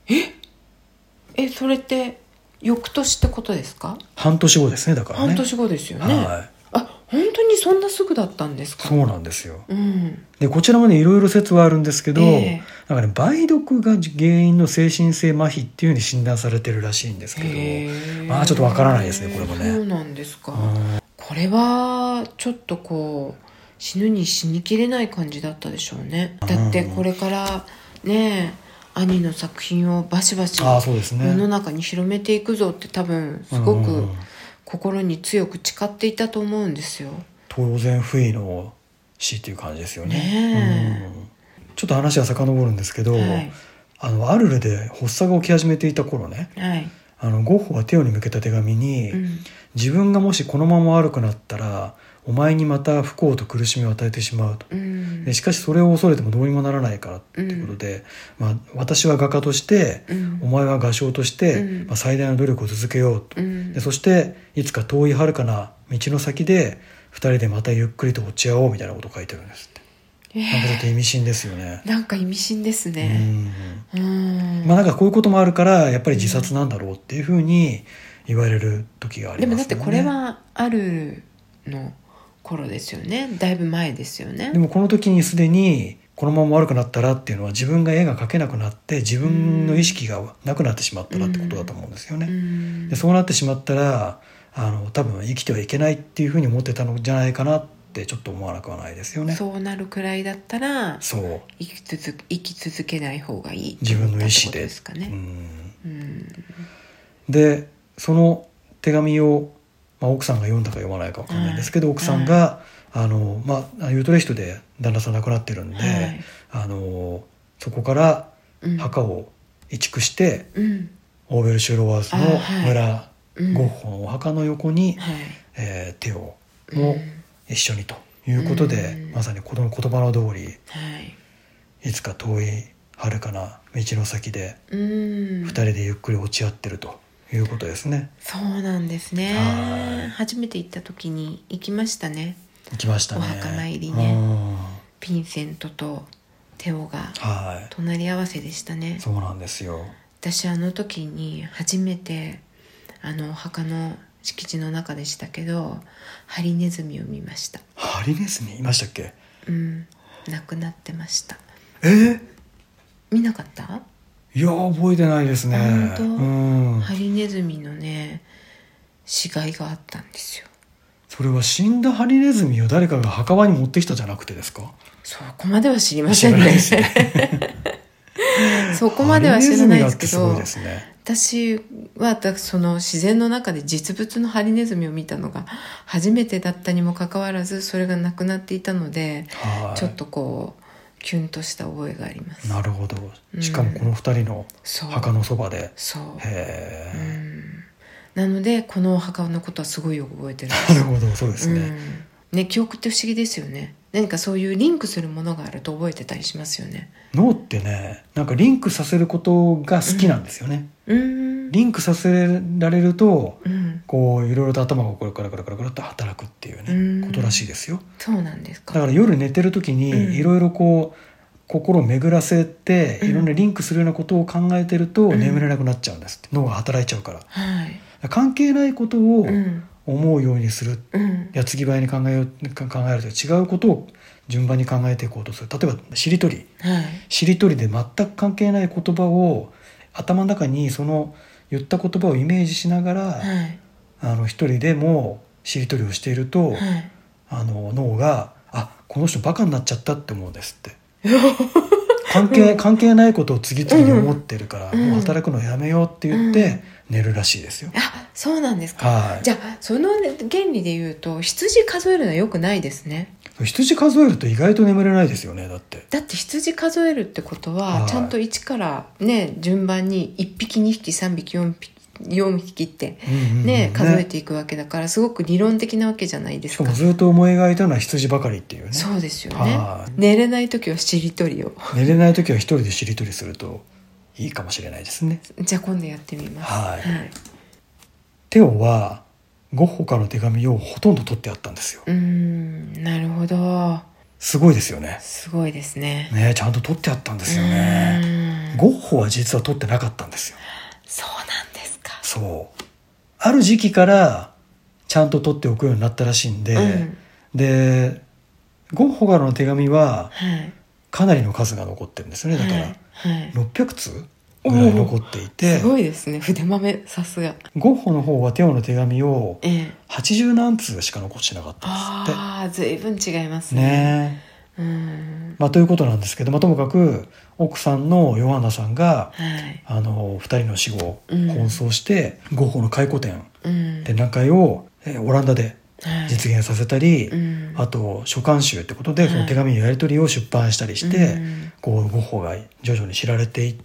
それって翌年ってことですか？ 半年後ですね。だからね半年後ですよね。本当にそんなすぐだったんですか？ そうなんですよ、でこちらもねいろいろ説はあるんですけど、なんかね梅毒が原因の精神性麻痺っていうふうに診断されてるらしいんですけど、ちょっとわからないですねこれもね。 そうなんですか、これはちょっとこう死にきれない感じだったでしょうね。だってこれからね兄の作品をバシバシ世の中に広めていくぞって多分すごく心に強く誓っていたと思うんですよ。 当然不意の死っていう感じですよね。ちょっと話は遡るんですけど、アルルで発作が起き始めていた頃ね、ゴッホはテオに向けた手紙に、自分がもしこのまま悪くなったらお前にまた不幸と苦しみを与えてしまうと、でしかしそれを恐れてもどうにもならないからっていうことで、私は画家として、お前は画商として、最大の努力を続けようと、でそしていつか遠い遥かな道の先で2人でまたゆっくりと落ち合おうみたいなことを書いてるんですって。なんかちょっと意味深ですよね。 なんか意味深ですね。 なんかこういうこともあるからやっぱり自殺なんだろうっていうふうに言われる時がありますよね。 でもだってこれはアルルの頃ですよね。だいぶ前ですよね。 でもこの時にすでにこのまま悪くなったらっていうのは自分が絵が描けなくなって自分の意識がなくなってしまったらってことだと思うんですよね。でそうなってしまったら多分生きてはいけないっていうふうに思ってたのじゃないかなってちょっと思わなくはないですよね。 そうなるくらいだったらそう生き続けない方がいい自分の意思でですかね。 でその手紙を、奥さんが読んだか読まないか分かんないんですけど、奥さんが、ユートレヒトで旦那さん亡くなってるんで、そこから墓を移築して、オーベルシュロワーズの村、ゴッホのお墓の横に、テオも一緒にということで、まさにこの言葉の通り、いつか遠い遥かな道の先で2人でゆっくり落ち合ってるということですね。 そうなんですね。初めて行った時に行きましたね。 行きましたね。 お墓参りね。ヴィンセントとテオが隣り合わせでしたね。 そうなんですよ。 私あの時に初めてお墓の敷地の中でしたけどハリネズミを見ました。 ハリネズミいましたっけ？ 亡くなってました。見なかった？ いや覚えてないですね。 ハリネズミのね死骸があったんですよ。 それは死んだハリネズミを誰かが墓場に持ってきたじゃなくてですか？ そこまでは知りませんね。そこまでは知らないですけど、私はその自然の中で実物のハリネズミを見たのが初めてだったにもかかわらずそれがなくなっていたので、ちょっとこうキュンとした覚えがあります。 なるほど。しかもこの2人の墓のそばで。 なのでこのお墓のことはすごいよく覚えてるんです。 なるほど、そうですね。 記憶って不思議ですよね。何かそういうリンクするものがあると覚えてたりしますよね。 脳ってね、なんかリンクさせることが好きなんですよね。リンクさせられると、こういろいろと頭がこれからって働くっていうね、ことらしいですよ。 そうなんですか。 だから夜寝てる時にいろいろこう心を巡らせていろんなリンクするようなことを考えてると眠れなくなっちゃうんですって。脳が働いちゃうから。関係ないことを思うようにする、矢継ぎ早に考えると違うことを順番に考えていこうとする。例えばしりとりで全く関係ない言葉を頭の中にその言った言葉をイメージしながら、一人でもしりとりをしていると、脳がこの人バカになっちゃったって思うんですって関係ないことを次々に思ってるから、もう働くのやめようって言って寝るらしいですよ。 そうなんですか。じゃあその原理で言うと羊数えるのは良くないですね。 羊数えると意外と眠れないですよね。だって羊数えるってことは、ちゃんと1からね順番に1匹2匹3匹4匹ってね、数えていくわけだからすごく理論的なわけじゃないですか。 しかもずっと思い描いたのは羊ばかりっていうね。 そうですよね。寝れない時はしりとりを寝れない時は一人でしりとりするといいかもしれないですね。 じゃあ今度やってみます。 はい。テオはゴッホからの手紙をほとんど取ってあったんですよ。 なるほど。 すごいですよね。 すごいですね。 ね、ちゃんと取ってあったんですよね。ゴッホは実は取ってなかったんですよ。 そうなんですか。 そう。ある時期からちゃんと取っておくようになったらしいんで、でゴッホからの手紙はかなりの数が残ってるんですよね。だから600通ぐらい残っていて、 すごいですね。筆豆、さすが。 ゴッホの方はテオの手紙を80何通しか残してなかったんですって。 ああ、随分違いますね。 ということなんですけど、ともかく奥さんのヨハンナさんが、2人の死後奔走して、ゴッホの回顧展展覧会を、オランダで実現させたり、あと書簡集ってことでその手紙のやり取りを出版したりして、こうゴッホが徐々に知られていって、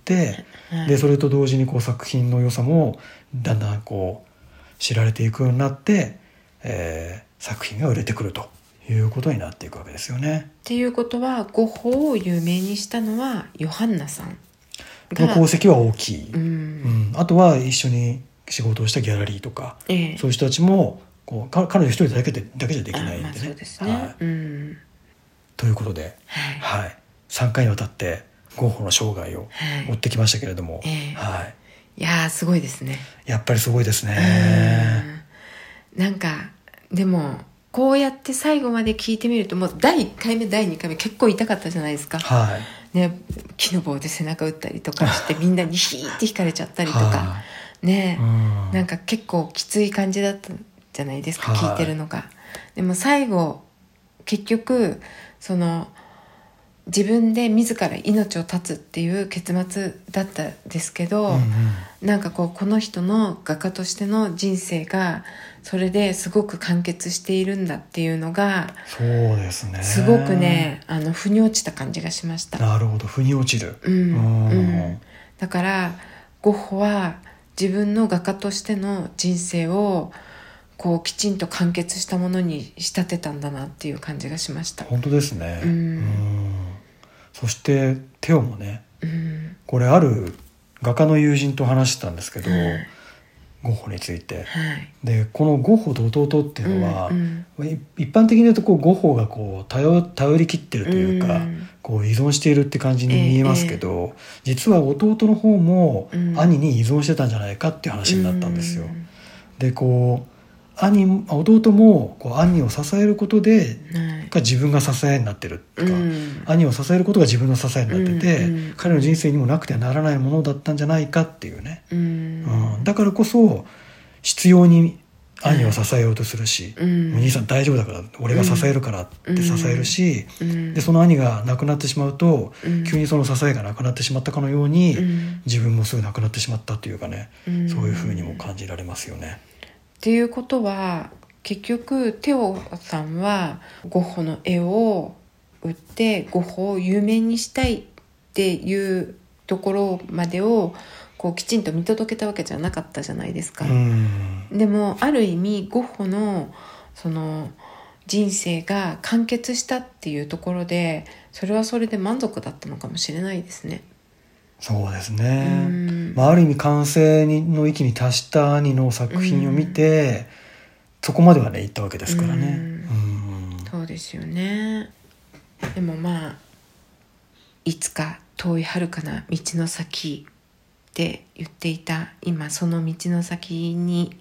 でそれと同時にこう作品の良さもだんだんこう知られていくようになって、作品が売れてくるということになっていくわけですよね。 っていうことはゴッホを有名にしたのはヨハンナさんの功績は大きい、あとは一緒に仕事をしたギャラリーとか、そういう人たちもこう彼女一人だけじゃできないんでね。 そうですね。 ということで、3回にわたってゴッホの生涯を追ってきましたけれども、 いやーすごいですね。 やっぱりすごいですね。 なんかでもこうやって最後まで聞いてみると、もう第1回目第2回目結構痛かったじゃないですか。ね、木の棒で背中打ったりとかしてみんなにヒーって引かれちゃったりとかね、なんか結構きつい感じだったじゃないですか、聞いてるのが。でも最後結局その自分で自ら命を絶つっていう結末だったですけど、なんかこの人の画家としての人生がそれですごく完結しているんだっていうのが、 そうですね、 すごくね腑に落ちた感じがしました。 なるほど、腑に落ちる。 だからゴッホは自分の画家としての人生をこうきちんと完結したものに仕立てたんだなっていう感じがしました。 本当ですね。そしてテオもね、これある画家の友人と話してたんですけど、ゴッホについて、でこのゴッホと弟っていうのは、一般的に言うとゴッホがこう頼り切ってるというか、こう依存しているって感じに見えますけど、実は弟の方も兄に依存してたんじゃないかっていう話になったんですよ。でこう弟もこう兄を支えることで、自分が支えになってるっていうか、兄を支えることが自分の支えになってて、彼の人生にもなくてはならないものだったんじゃないかっていうね、だからこそ必要に兄を支えようとするし、お兄さん大丈夫だから俺が支えるからって支えるし、でその兄が亡くなってしまうと、急にその支えがなくなってしまったかのように、自分もすぐなくなってしまったというかね、そういうふうにも感じられますよね。 っていうことは結局テオさんはゴッホの絵を売ってゴッホを有名にしたいっていうところまでをこうきちんと見届けたわけじゃなかったじゃないですか。でもある意味ゴッホのその人生が完結したっていうところで、それはそれで満足だったのかもしれないですね。 そうですね、ある意味完成の域に達した兄の作品を見て、そこまではね行ったわけですからね。 そうですよね。でもいつか遠い遥かな道の先って言っていた今、その道の先に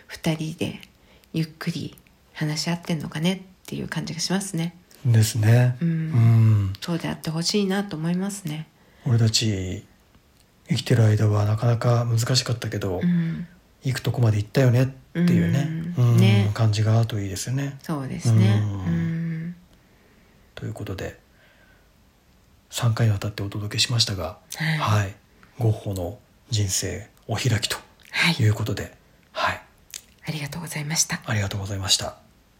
2人でゆっくり話し合ってんのかねっていう感じがしますね。 ですね。 そうであってほしいなと思いますね。 俺たち生きてる間はなかなか難しかったけど、行くとこまで行ったよねっていうね、感じがあるといいですよね。 そうですね。 ということで3回にわたってお届けしましたが、ゴッホの人生お開きということで、ありがとうございました。 ありがとうございました。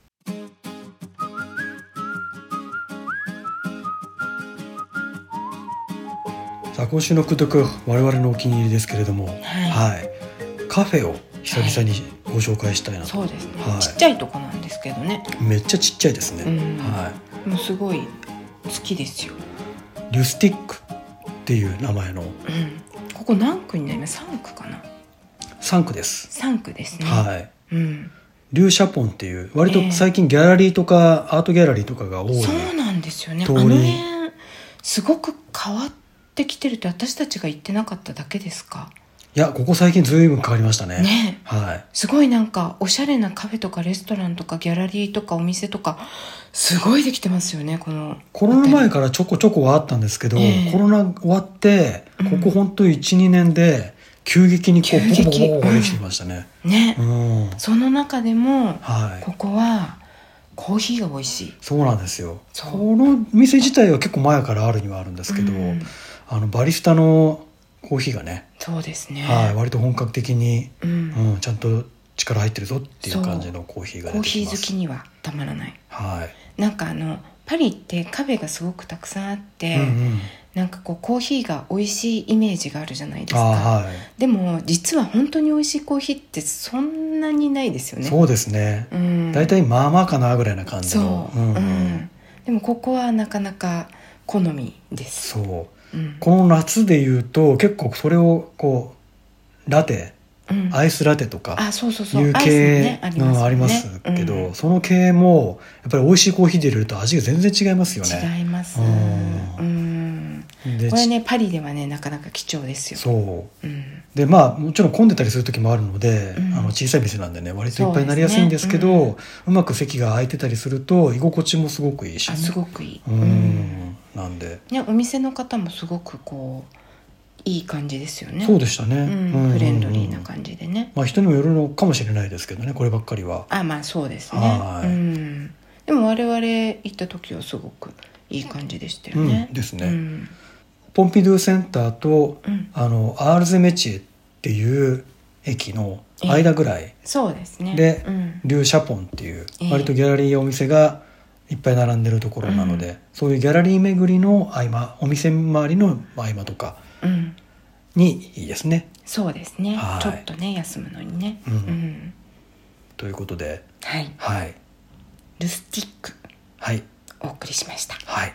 さあ今週のクドク、我々のお気に入りですけれども、カフェを久々にご紹介したいなと。 そうですね、ちっちゃいとこなんですけどね。 めっちゃちっちゃいですね。 もうすごい好きですよ。 リュスティックっていう名前のここ何区になります？3区かな。 3区です。 3区ですね。 はい。 うん。 リューシャポンっていう割と最近ギャラリーとかアートギャラリーとかが多い、 そうなんですよね。あの辺すごく変わってきてるって私たちが言ってなかっただけですか？ いや、ここ最近ずいぶん変わりましたね。 ね、 はい。 すごいなんかおしゃれなカフェとかレストランとかギャラリーとかお店とかすごいできてますよね。このコロナ前からちょこちょこはあったんですけど、コロナ終わってここ本当 1,2 年で急激にこうボコボコボコできてましたね。 ね、その中でも、 はい、 ここはコーヒーが美味しい。 そうなんですよ。この店自体は結構前からあるにはあるんですけど、バリスタのコーヒーがね、 そうですね、 はい、割と本格的に、ちゃんと力入ってるぞっていう感じのコーヒーが出てきます。 コーヒー好きにはたまらない。 はい、 なんかパリってカフェがすごくたくさんあって、なんかこうコーヒーが美味しいイメージがあるじゃないですか。はい、でも実は本当に美味しいコーヒーってそんなにないですよね。 そうですね。だいたいまあまあかなぐらいな感じの。 そう、でもここはなかなか好みです。 そう、この夏でいうと結構それをこうラテ、アイスラテとかいう系ありますけど、その系もやっぱり美味しいコーヒーで入れると味が全然違いますよね。 違います。これねパリではねなかなか貴重ですよ。そう、 でまあもちろん混んでたりする時もあるので、小さい店なんでね割といっぱいになりやすいんですけど、うまく席が空いてたりすると居心地もすごくいいし、 すごくいい。 なんで、 ね、お店の方もすごくこういい感じですよね。 そうでしたね。 フレンドリーな感じでね。 まあ人にもよるのかもしれないですけどね、こればっかりは。 まあそうですね。でも我々行った時はすごくいい感じでしたよね。 ですね。ポンピドゥセンターと、アールゼメチエっていう駅の間ぐらいそうですね。 で、リューシャポンっていう割とギャラリーやお店がいっぱい並んでるところなので、そういうギャラリー巡りの合間、お店周りの合間とかにいいですね。 そうですね。ちょっとね休むのにね。 ということで、 はい、ルスティック、 はい、 お送りしました。 はい。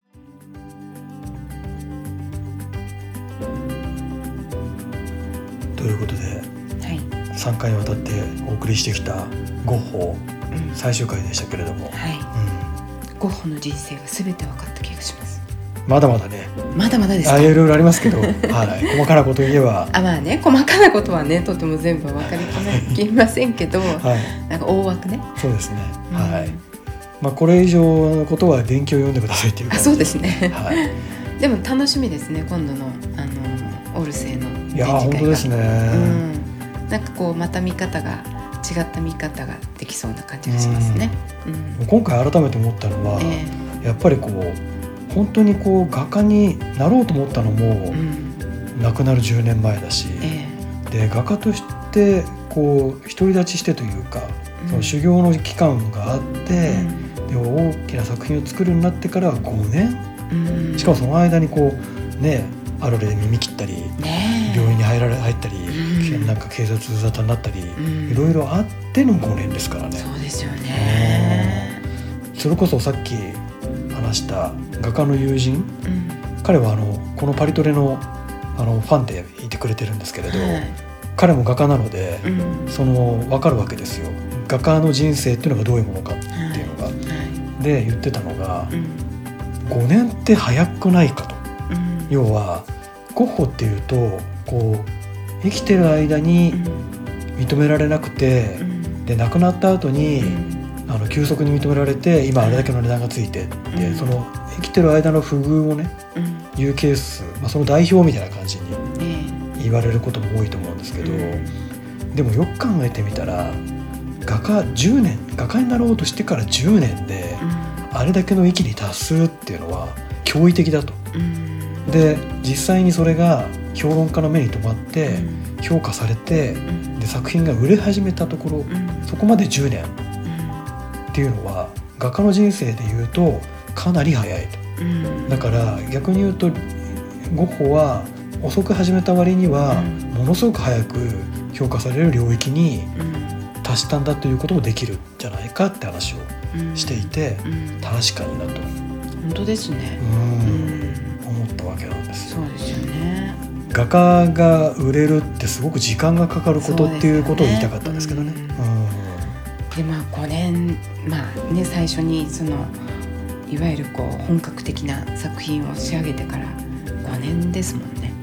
ということで、3回にわたってお送りしてきたゴッホ最終回でしたけれども、 ゴッホの人生が全て分かった気がします。 まだまだね。 まだまだですか。 いろいろありますけど、細かなこと言えばまあね、細かなことはねとても全部分かりきませんけど、なんか大枠ね。 そうですね。まあこれ以上のことは伝記を読んでくださいっていう感じ。 そうですね。でも楽しみですね、今度のオルセーの展示会が。 本当ですね。 なんかこうまた見方が違った見方ができそうな感じがしますね。 今回改めて思ったのは、やっぱりこう本当にこう画家になろうと思ったのも、亡くなる10年前だし、で画家としてこう独り立ちしてというか、その修行の期間があって、で大きな作品を作るようになってから5年、しかもその間にこうね、アロレで耳切ったり、病院に入ったり、なんか警察沙汰になったり、いろいろあっての5年ですからね。 そうですよね。 それこそさっき話した画家の友人、彼はこのパリトレのファンでいてくれてるんですけれど、彼も画家なので、分かるわけですよ。画家の人生っていうのがどういうものかっていうのが、で言ってたのが、5年って早くないかと。要はゴッホっていうとこう生きてる間に認められなくて、で亡くなった後に急速に認められて、今あれだけの値段がついて、でその生きてる間の不遇をね、いうケース、その代表みたいな感じに言われることも多いと思うんですけど、でもよく考えてみたら画家になろうとしてから10年で、あれだけの域に達するっていうのは驚異的だと。で実際にそれが評論家の目に留まって評価されて、で作品が売れ始めたところ、そこまで10年っていうのは画家の人生でいうとかなり早いと。だから逆に言うとゴッホは遅く始めた割にはものすごく早く評価される領域に達したんだということもできるんじゃないかって話をしていて、確かになと。 本当ですね。 思ったわけなんですよ。 そうですよね。 画家が売れるってすごく時間がかかることっていうことを言いたかったんですけどね。 で5年、最初にいわゆる本格的な作品を仕上げてから5年ですもんね。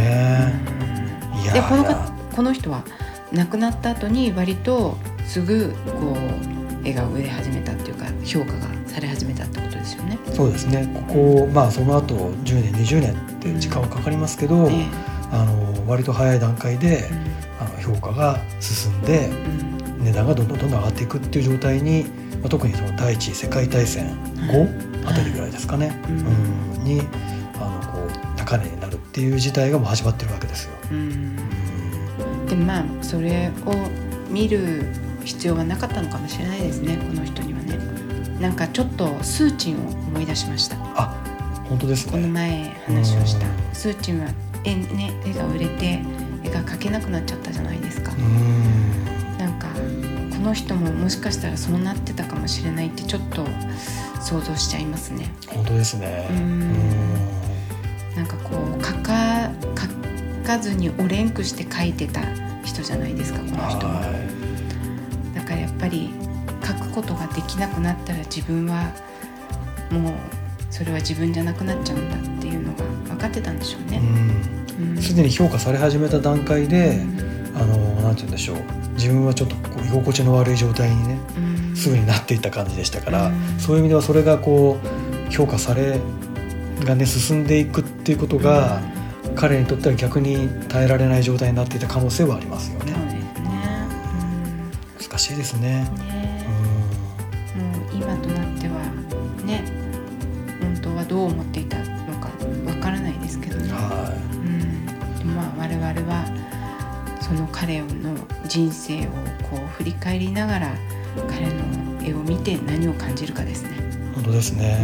でこの人は亡くなった後に割とすぐ絵が売れ始めたっていうか評価がされ始めたってことですよね。 そうですね。その後10年20年って時間はかかりますけど、割と早い段階で、評価が進んで、値段がどんどん上がっていくっていう状態に、特にその第一次世界大戦後あたりぐらいですかね、に高値になるっていう事態がもう始まってるわけですよ。 でそれを見る必要はなかったのかもしれないですね、この人にはね。なんかちょっとスーチンを思い出しました。 本当ですね。 この前話をしたスーチンは絵が売れて絵が描けなくなっちゃったじゃないですか。なんかこの人ももしかしたらそうなってたかもしれないってちょっと想像しちゃいますね。 本当ですね。 なんか描かずにオレンクして描いてた人じゃないですか、この人も。だからやっぱり描くことができなくなったら自分はもうそれは自分じゃなくなっちゃうんだっていうのが分かってたんでしょうね。 すでに評価され始めた段階で、なんて言うんでしょう、自分はちょっと居心地の悪い状態にね、すぐになっていった感じでしたから、そういう意味ではそれが評価されがね進んでいくっていうことが、彼にとっては逆に耐えられない状態になっていた可能性はありますよね。 そうですね。 難しいですね。 もう今となってはね、本当はどう思っていたのかわからないですけどね。でも我々はその彼の人生を振り返りながら彼の絵を見て何を感じるかですね。 本当ですね。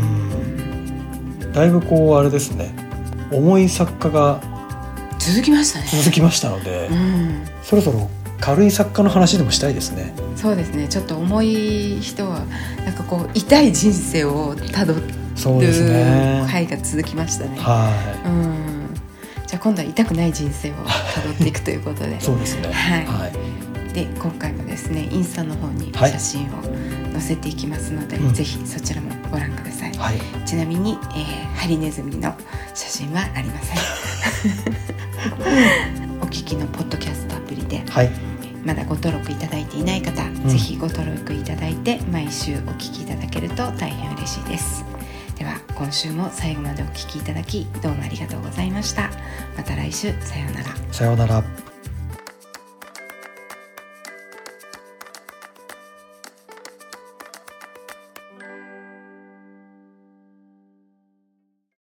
だいぶあれですね、重い作家が続きましたね。 続きましたので、そろそろ軽い作家の話でもしたいですね。そうですね。 ちょっと重い人はなんか痛い人生をたどる回が続きましたね。じゃあ今度は痛くない人生をたどっていくということでそうですね。 で今回もですね、インスタの方に写真を載せていきますので、ぜひそちらもご覧ください。ちなみに、ハリネズミの写真はありません。お聞きのポッドキャストアプリで、まだご登録いただいていない方、ぜひご登録いただいて毎週お聞きいただけると大変嬉しいです。では今週も最後までお聞きいただきどうもありがとうございました。また来週、さようなら。 さようなら。